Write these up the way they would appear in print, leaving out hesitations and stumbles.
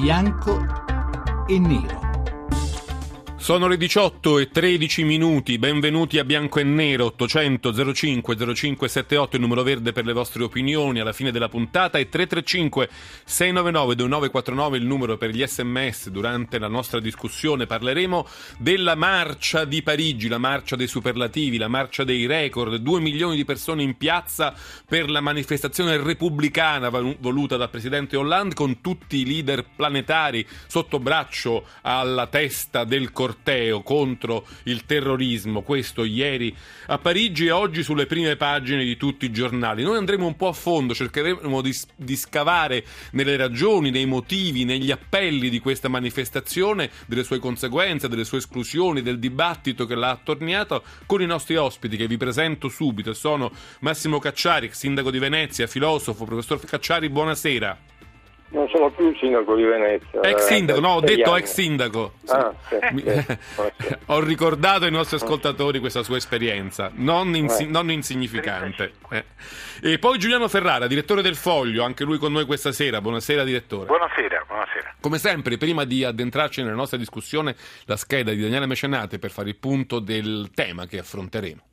bianco e nero. Sono le 18:13, benvenuti a Bianco e Nero. 800 05 0578 il numero verde per le vostre opinioni alla fine della puntata, e 335 699 2949 il numero per gli sms. Durante la nostra discussione parleremo della marcia di Parigi, la marcia dei superlativi, la marcia dei record, 2 milioni di persone in piazza per la manifestazione repubblicana voluta dal presidente Hollande, con tutti i leader planetari sotto braccio alla testa del corteo contro il terrorismo. Questo ieri a Parigi e oggi sulle prime pagine di tutti i giornali. Noi andremo un po' a fondo, cercheremo di scavare nelle ragioni, nei motivi, negli appelli di questa manifestazione, delle sue conseguenze, delle sue esclusioni, del dibattito che l'ha attorniato, con i nostri ospiti che vi presento subito. Sono Massimo Cacciari, sindaco di Venezia, filosofo. Professor Cacciari, buonasera. Non sono più il sindaco di Venezia. Ex sindaco, no, ho detto anni. ex sindaco. Sì. Ho ricordato ai nostri ascoltatori questa sua esperienza, non insignificante. E poi Giuliano Ferrara, direttore del Foglio, anche lui con noi questa sera. Buonasera, direttore. Buonasera. Come sempre, prima di addentrarci nella nostra discussione, la scheda di Daniele Mecenate per fare il punto del tema che affronteremo.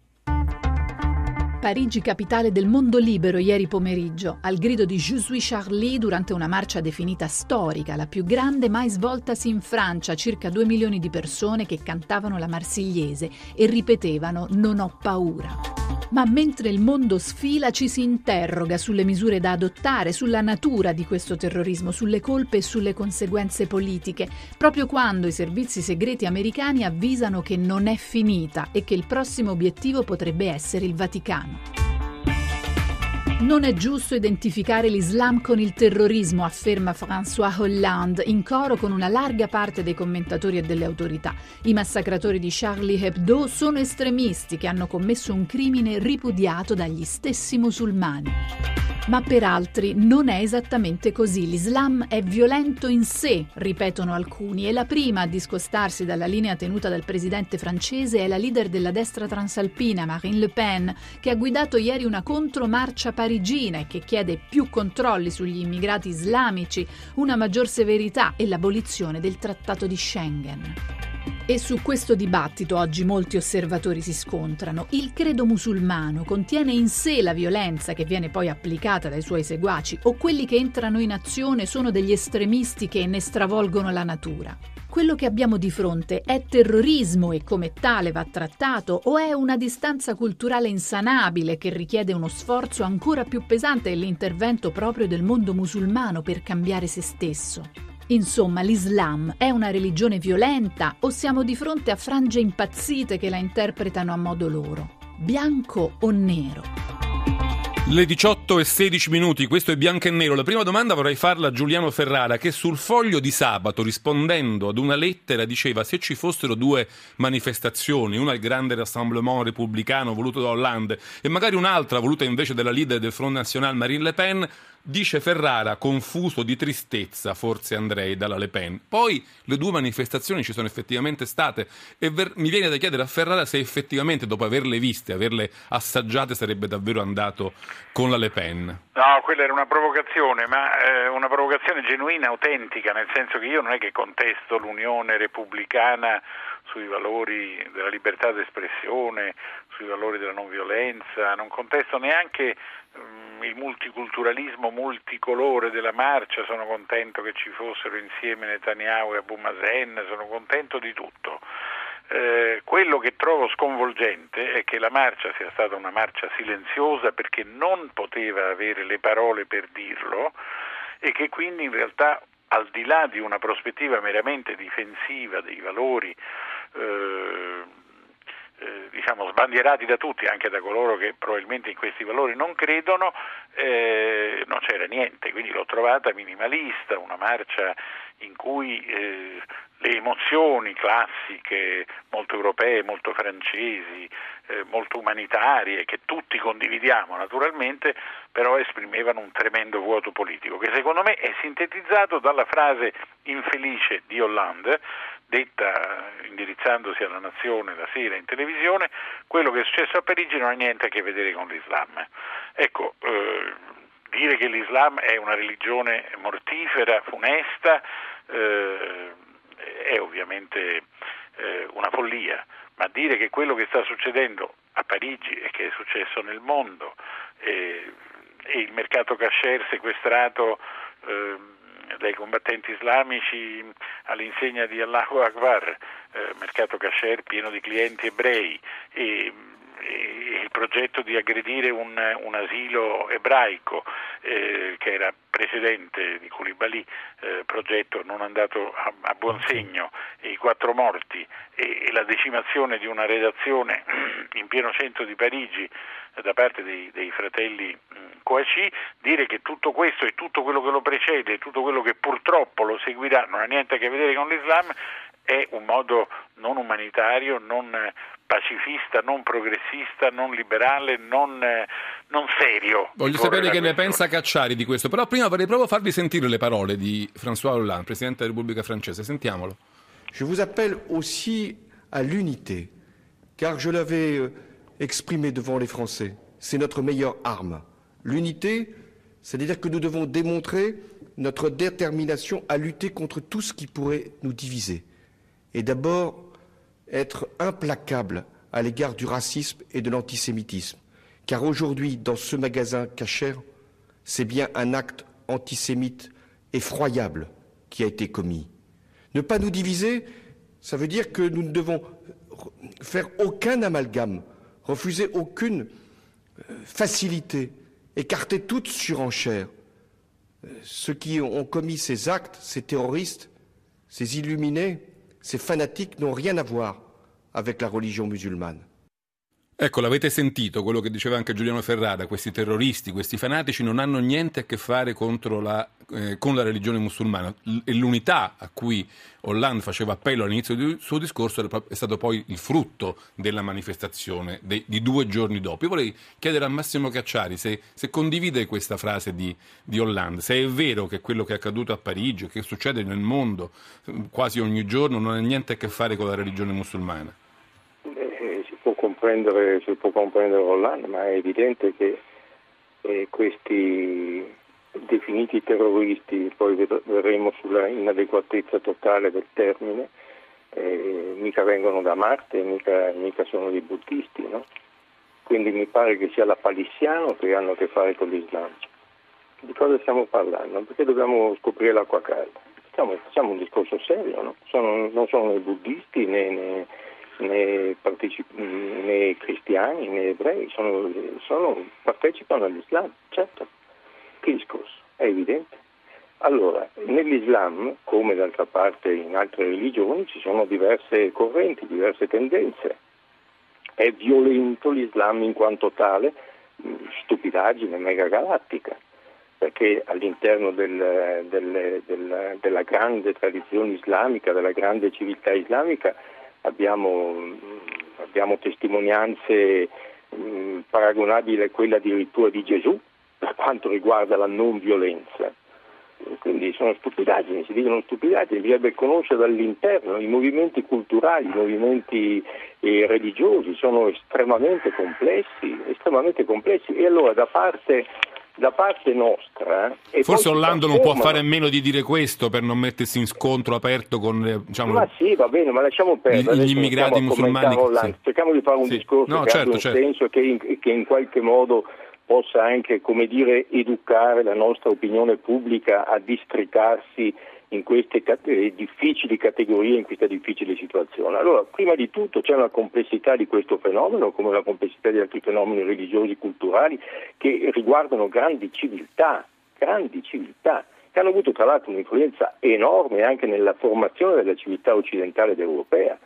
Parigi, capitale del mondo libero, ieri pomeriggio, al grido di Je suis Charlie durante una marcia definita storica, la più grande mai svoltasi in Francia, circa 2 milioni di persone che cantavano la Marsigliese e ripetevano «Non ho paura». Ma mentre il mondo sfila ci si interroga sulle misure da adottare, sulla natura di questo terrorismo, sulle colpe e sulle conseguenze politiche, proprio quando i servizi segreti americani avvisano che non è finita e che il prossimo obiettivo potrebbe essere il Vaticano. Non è giusto identificare l'Islam con il terrorismo, afferma François Hollande, in coro con una larga parte dei commentatori e delle autorità. I massacratori di Charlie Hebdo sono estremisti che hanno commesso un crimine ripudiato dagli stessi musulmani. Ma per altri non è esattamente così. L'Islam è violento in sé, ripetono alcuni, e la prima a discostarsi dalla linea tenuta dal presidente francese è la leader della destra transalpina, Marine Le Pen, che ha guidato ieri una contromarcia parigina e che chiede più controlli sugli immigrati islamici, una maggior severità e l'abolizione del Trattato di Schengen. E su questo dibattito oggi molti osservatori si scontrano. Il credo musulmano contiene in sé la violenza che viene poi applicata dai suoi seguaci, o quelli che entrano in azione sono degli estremisti che ne stravolgono la natura? Quello che abbiamo di fronte è terrorismo e come tale va trattato, o è una distanza culturale insanabile che richiede uno sforzo ancora più pesante e l'intervento proprio del mondo musulmano per cambiare se stesso? Insomma, l'Islam è una religione violenta o siamo di fronte a frange impazzite che la interpretano a modo loro? Bianco o nero? Le 18:16, questo è Bianco e Nero. La prima domanda vorrei farla a Giuliano Ferrara, che sul Foglio di sabato, rispondendo ad una lettera, diceva: se ci fossero 2 manifestazioni, una il grande rassemblement repubblicano voluto da Hollande e magari un'altra voluta invece dalla leader del Front National Marine Le Pen, dice Ferrara, confuso di tristezza, forse andrei dalla Le Pen. Poi le 2 manifestazioni ci sono effettivamente state e mi viene da chiedere a Ferrara se effettivamente, dopo averle viste, averle assaggiate, sarebbe davvero andato con la Le Pen. No, quella era una provocazione, ma una provocazione genuina, autentica, nel senso che io non è che contesto l'Unione Repubblicana sui valori della libertà d'espressione, sui valori della non violenza, non contesto neanche il multiculturalismo multicolore della marcia. Sono contento che ci fossero insieme Netanyahu e Abu Mazen, sono contento di tutto. Quello che trovo sconvolgente è che la marcia sia stata una marcia silenziosa perché non poteva avere le parole per dirlo, e che quindi in realtà, al di là di una prospettiva meramente difensiva dei valori sbandierati da tutti, anche da coloro che probabilmente in questi valori non credono, non c'era niente. Quindi l'ho trovata minimalista, una marcia in cui le emozioni classiche, molto europee, molto francesi, molto umanitarie, che tutti condividiamo naturalmente, però esprimevano un tremendo vuoto politico, che secondo me è sintetizzato dalla frase infelice di Hollande, detta indirizzandosi alla nazione la sera in televisione: quello che è successo a Parigi non ha niente a che vedere con l'Islam. Ecco, dire che l'Islam è una religione mortifera, funesta, è ovviamente una follia, ma dire che quello che sta succedendo a Parigi e che è successo nel mondo e il mercato kasher sequestrato dai combattenti islamici all'insegna di Allahu Akbar, mercato kasher pieno di clienti ebrei, e il progetto di aggredire un asilo ebraico che era precedente di Koulibaly, progetto non andato a buon segno, e i 4 morti e la decimazione di una redazione in pieno centro di Parigi da parte dei fratelli Kouachi, dire che tutto questo e tutto quello che lo precede e tutto quello che purtroppo lo seguirà non ha niente a che vedere con l'Islam è un modo non umanitario, non pacifista, non progressista, non liberale, non serio. Voglio sapere che ne pensa Cacciari di questo, però prima vorrei proprio farvi sentire le parole di François Hollande, Presidente della Repubblica Francese. Sentiamolo. Je vous appelle aussi à l'unité, car je l'avais exprimé devant les Français. C'est notre meilleure arme. L'unité, c'est-à-dire que nous devons démontrer notre détermination à lutter contre tout ce qui pourrait nous diviser. Et d'abord, être implacable à l'égard du racisme et de l'antisémitisme. Car aujourd'hui, dans ce magasin Kasher, c'est bien un acte antisémite effroyable qui a été commis. Ne pas nous diviser, ça veut dire que nous ne devons faire aucun amalgame, refuser aucune facilité, écarter toute surenchère. Ceux qui ont commis ces actes, ces terroristes, ces illuminés, ces fanatiques n'ont rien à voir avec la religion musulmane. Ecco, l'avete sentito quello che diceva anche Giuliano Ferrara, questi terroristi, questi fanatici non hanno niente a che fare con la religione musulmana, e l'unità a cui Hollande faceva appello all'inizio del suo discorso è stato poi il frutto della manifestazione di 2 giorni dopo. Io vorrei chiedere a Massimo Cacciari se condivide questa frase di Hollande, se è vero che quello che è accaduto a Parigi, che succede nel mondo quasi ogni giorno, non ha niente a che fare con la religione musulmana. Si può comprendere Hollande, ma è evidente che questi definiti terroristi, poi vedremo sulla inadeguatezza totale del termine, mica vengono da Marte, mica sono dei buddisti, no? Quindi mi pare che sia lapalissiano che hanno a che fare con l'Islam. Di cosa stiamo parlando? Perché dobbiamo scoprire l'acqua calda? Facciamo un discorso serio, no? Non sono né buddisti né cristiani né ebrei, partecipano all'Islam, certo. Che discorso? È evidente. Allora, nell'Islam, come d'altra parte in altre religioni, ci sono diverse correnti, diverse tendenze. È violento l'Islam in quanto tale, stupidaggine megagalattica, perché all'interno della grande tradizione islamica, della grande civiltà islamica, abbiamo testimonianze paragonabili a quella addirittura di Gesù per quanto riguarda la non violenza. Quindi sono stupidaggini, si dicono stupidaggini, bisognerebbe conoscere dall'interno. I movimenti culturali, i movimenti religiosi sono estremamente complessi, e allora da parte nostra... Forse Hollande non può fare a meno di dire questo per non mettersi in scontro aperto con ma sì, va bene, ma lasciamo perdere gli immigrati musulmani. Sì. Cerchiamo di fare un discorso che abbia un senso e che in qualche modo possa anche, come dire, educare la nostra opinione pubblica a districarsi in queste difficili categorie, in questa difficile situazione. Allora, prima di tutto c'è una complessità di questo fenomeno, come la complessità di altri fenomeni religiosi, culturali, che riguardano grandi civiltà, che hanno avuto tra l'altro un'influenza enorme anche nella formazione della civiltà occidentale ed europea.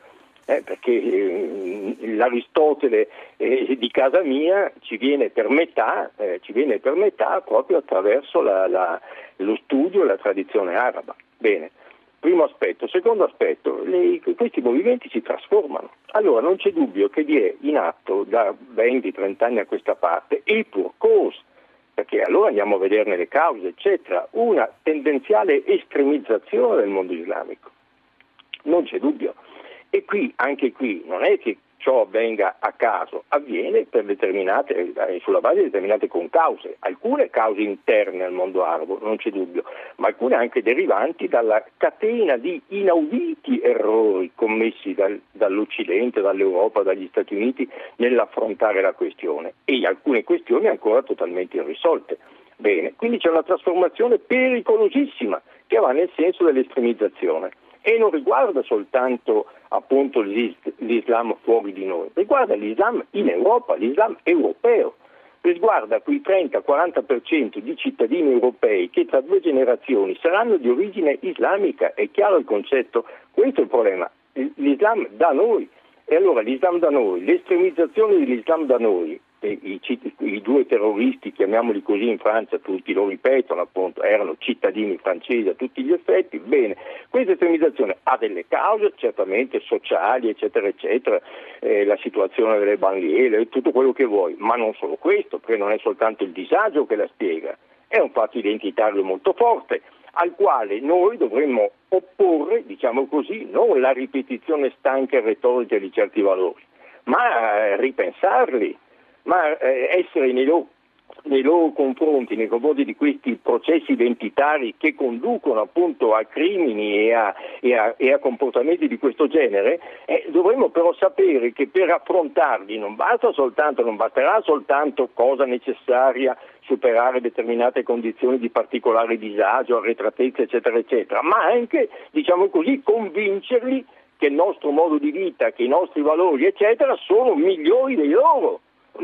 Perché l'Aristotele di casa mia ci viene per metà proprio attraverso lo studio e la tradizione araba. Bene, primo aspetto. Secondo aspetto, questi movimenti si trasformano. Allora non c'è dubbio che vi è in atto da 20-30 anni a questa parte il pur-cause, perché allora andiamo a vederne le cause, eccetera, una tendenziale estremizzazione del mondo islamico. Non c'è dubbio. E anche qui, non è che ciò avvenga a caso, avviene per sulla base di determinate concause, alcune cause interne al mondo arabo, non c'è dubbio, ma alcune anche derivanti dalla catena di inauditi errori commessi dall'Occidente, dall'Europa, dagli Stati Uniti nell'affrontare la questione, e alcune questioni ancora totalmente irrisolte. Bene, quindi c'è una trasformazione pericolosissima che va nel senso dell'estremizzazione e non riguarda soltanto appunto l'Islam fuori di noi, riguarda l'Islam in Europa, l'Islam europeo, riguarda quei 30-40% di cittadini europei che tra 2 generazioni saranno di origine islamica. È chiaro il concetto? Questo è il problema, l'Islam da noi. E allora l'Islam da noi, l'estremizzazione dell'Islam da noi, i 2 terroristi, chiamiamoli così, in Francia, tutti lo ripetono appunto, erano cittadini francesi a tutti gli effetti. Bene, questa estremizzazione ha delle cause certamente sociali, eccetera eccetera, la situazione delle banlieue, tutto quello che vuoi, ma non solo questo, perché non è soltanto il disagio che la spiega, è un fatto identitario molto forte, al quale noi dovremmo opporre, diciamo così, non la ripetizione stanca e retorica di certi valori, ma ripensarli, ma essere nei loro confronti, nei confronti di questi processi identitari che conducono appunto a crimini e a comportamenti di questo genere, dovremmo però sapere che per affrontarli non basterà soltanto cosa necessaria, superare determinate condizioni di particolare disagio, arretratezza, eccetera, eccetera, ma anche, diciamo così, convincerli che il nostro modo di vita, che i nostri valori, eccetera, sono migliori dei loro,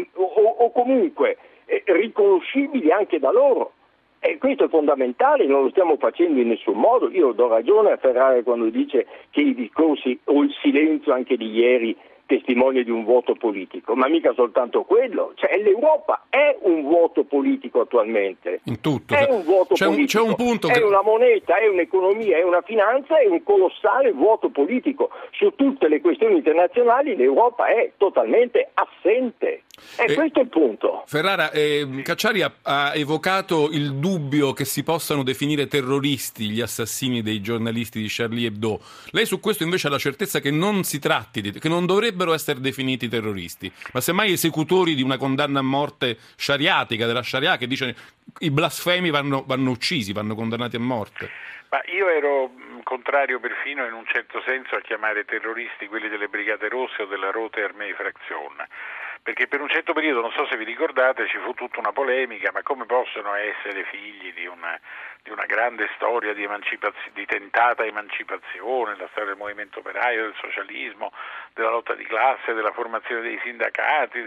o comunque riconoscibili anche da loro. E questo è fondamentale, non lo stiamo facendo in nessun modo. Io do ragione a Ferrara quando dice che i discorsi o il silenzio anche di ieri testimonia di un vuoto politico, ma mica soltanto quello, cioè l'Europa è un vuoto politico attualmente, in tutto. È un vuoto politico, c'è un punto è una moneta, è un'economia, è una finanza, è un colossale vuoto politico. Su tutte le questioni internazionali l'Europa è totalmente assente. Questo è il punto. Ferrara, Cacciari ha evocato il dubbio che si possano definire terroristi gli assassini dei giornalisti di Charlie Hebdo. Lei su questo invece ha la certezza che non si tratti che non dovrebbero essere definiti terroristi, ma semmai esecutori di una condanna a morte shariatica, della Sharia, che dice i blasfemi vanno uccisi, vanno condannati a morte. Ma io ero contrario perfino in un certo senso a chiamare terroristi quelli delle Brigate Rosse o della Rote Armee Frazione, perché per un certo periodo, non so se vi ricordate, ci fu tutta una polemica, ma come possono essere figli di una grande storia di tentata emancipazione, la storia del movimento operaio, del socialismo, della lotta di classe, della formazione dei sindacati,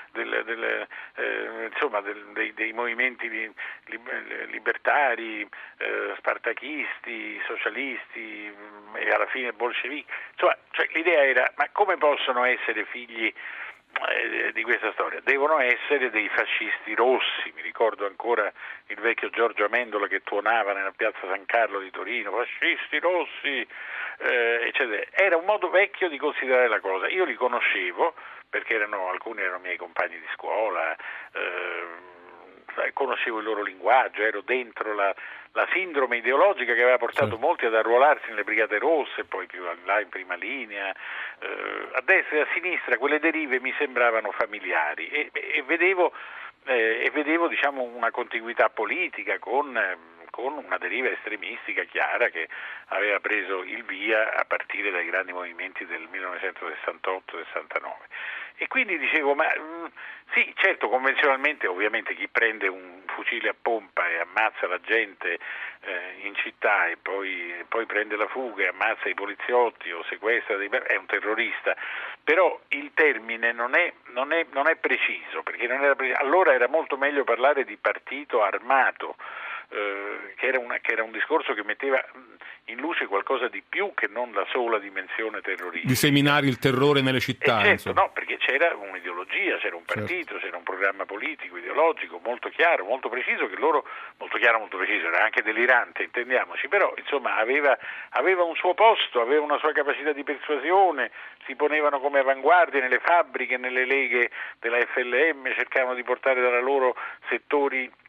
dei movimenti libertari, spartachisti, socialisti e alla fine bolscevichi. Cioè l'idea era, ma come possono essere figli di questa storia? Devono essere dei fascisti rossi. Mi ricordo ancora il vecchio Giorgio Amendola che tuonava nella piazza San Carlo di Torino, fascisti rossi, eccetera. Era un modo vecchio di considerare la cosa. Io li conoscevo perché alcuni erano miei compagni di scuola, conoscevo il loro linguaggio, ero dentro la sindrome ideologica che aveva portato molti ad arruolarsi nelle Brigate Rosse, poi più là in prima linea, a destra e a sinistra. Quelle derive mi sembravano familiari e vedevo diciamo una contiguità politica con una deriva estremistica chiara che aveva preso il via a partire dai grandi movimenti del 1968-69. E quindi dicevo, ma sì, certo, convenzionalmente ovviamente chi prende un fucile a pompa e ammazza la gente in città e poi prende la fuga e ammazza i poliziotti o sequestra è un terrorista, però il termine non è preciso, perché allora era molto meglio parlare di partito armato, che era un discorso che metteva in luce qualcosa di più che non la sola dimensione terroristica. Diseminare il terrore nelle città. Certo, no, perché c'era un'ideologia, c'era un partito, c'era un programma politico, ideologico, molto chiaro, molto preciso, che loro, molto chiaro, molto preciso, era anche delirante, intendiamoci, però insomma aveva un suo posto, aveva una sua capacità di persuasione, si ponevano come avanguardie nelle fabbriche, nelle leghe della FLM, cercavano di portare dalla loro settori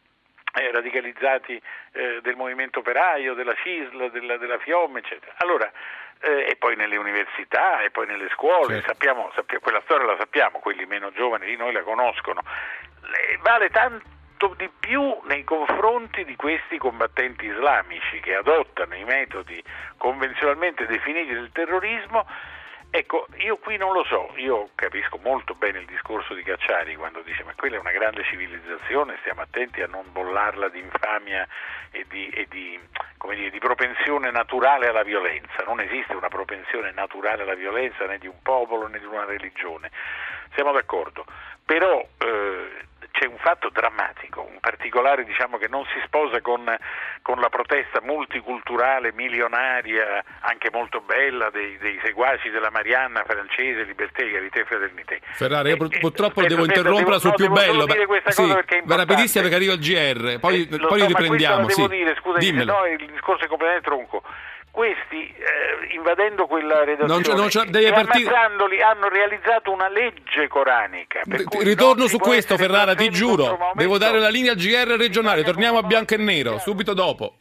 radicalizzati del movimento operaio, della CISL, della FIOM, eccetera. Allora, e poi nelle università e poi nelle scuole, certo. sappiamo, quella storia la sappiamo, quelli meno giovani di noi la conoscono. Vale tanto di più nei confronti di questi combattenti islamici che adottano i metodi convenzionalmente definiti del terrorismo. Ecco, io qui non lo so, io capisco molto bene il discorso di Cacciari quando dice ma quella è una grande civilizzazione, stiamo attenti a non bollarla di infamia e di propensione naturale alla violenza. Non esiste una propensione naturale alla violenza né di un popolo né di una religione, siamo d'accordo, però c'è un fatto drammatico, un particolare che non si sposa con la protesta multiculturale, milionaria, anche molto bella dei seguaci della Marianna francese, libertà, egalité, fraternité. Ferrara, io purtroppo devo interrompere sul più bello. Dire questa cosa perché è rapidissima perché arriva il GR, poi riprendiamo. Ma devo dire, scusami, se no il discorso è completamente tronco. Questi, invadendo quella redazione e ammazzandoli, hanno realizzato una legge coranica. Ritorno su questo, Ferrara, ti giuro. Devo dare la linea al GR regionale. Torniamo a Bianco e Nero, subito dopo.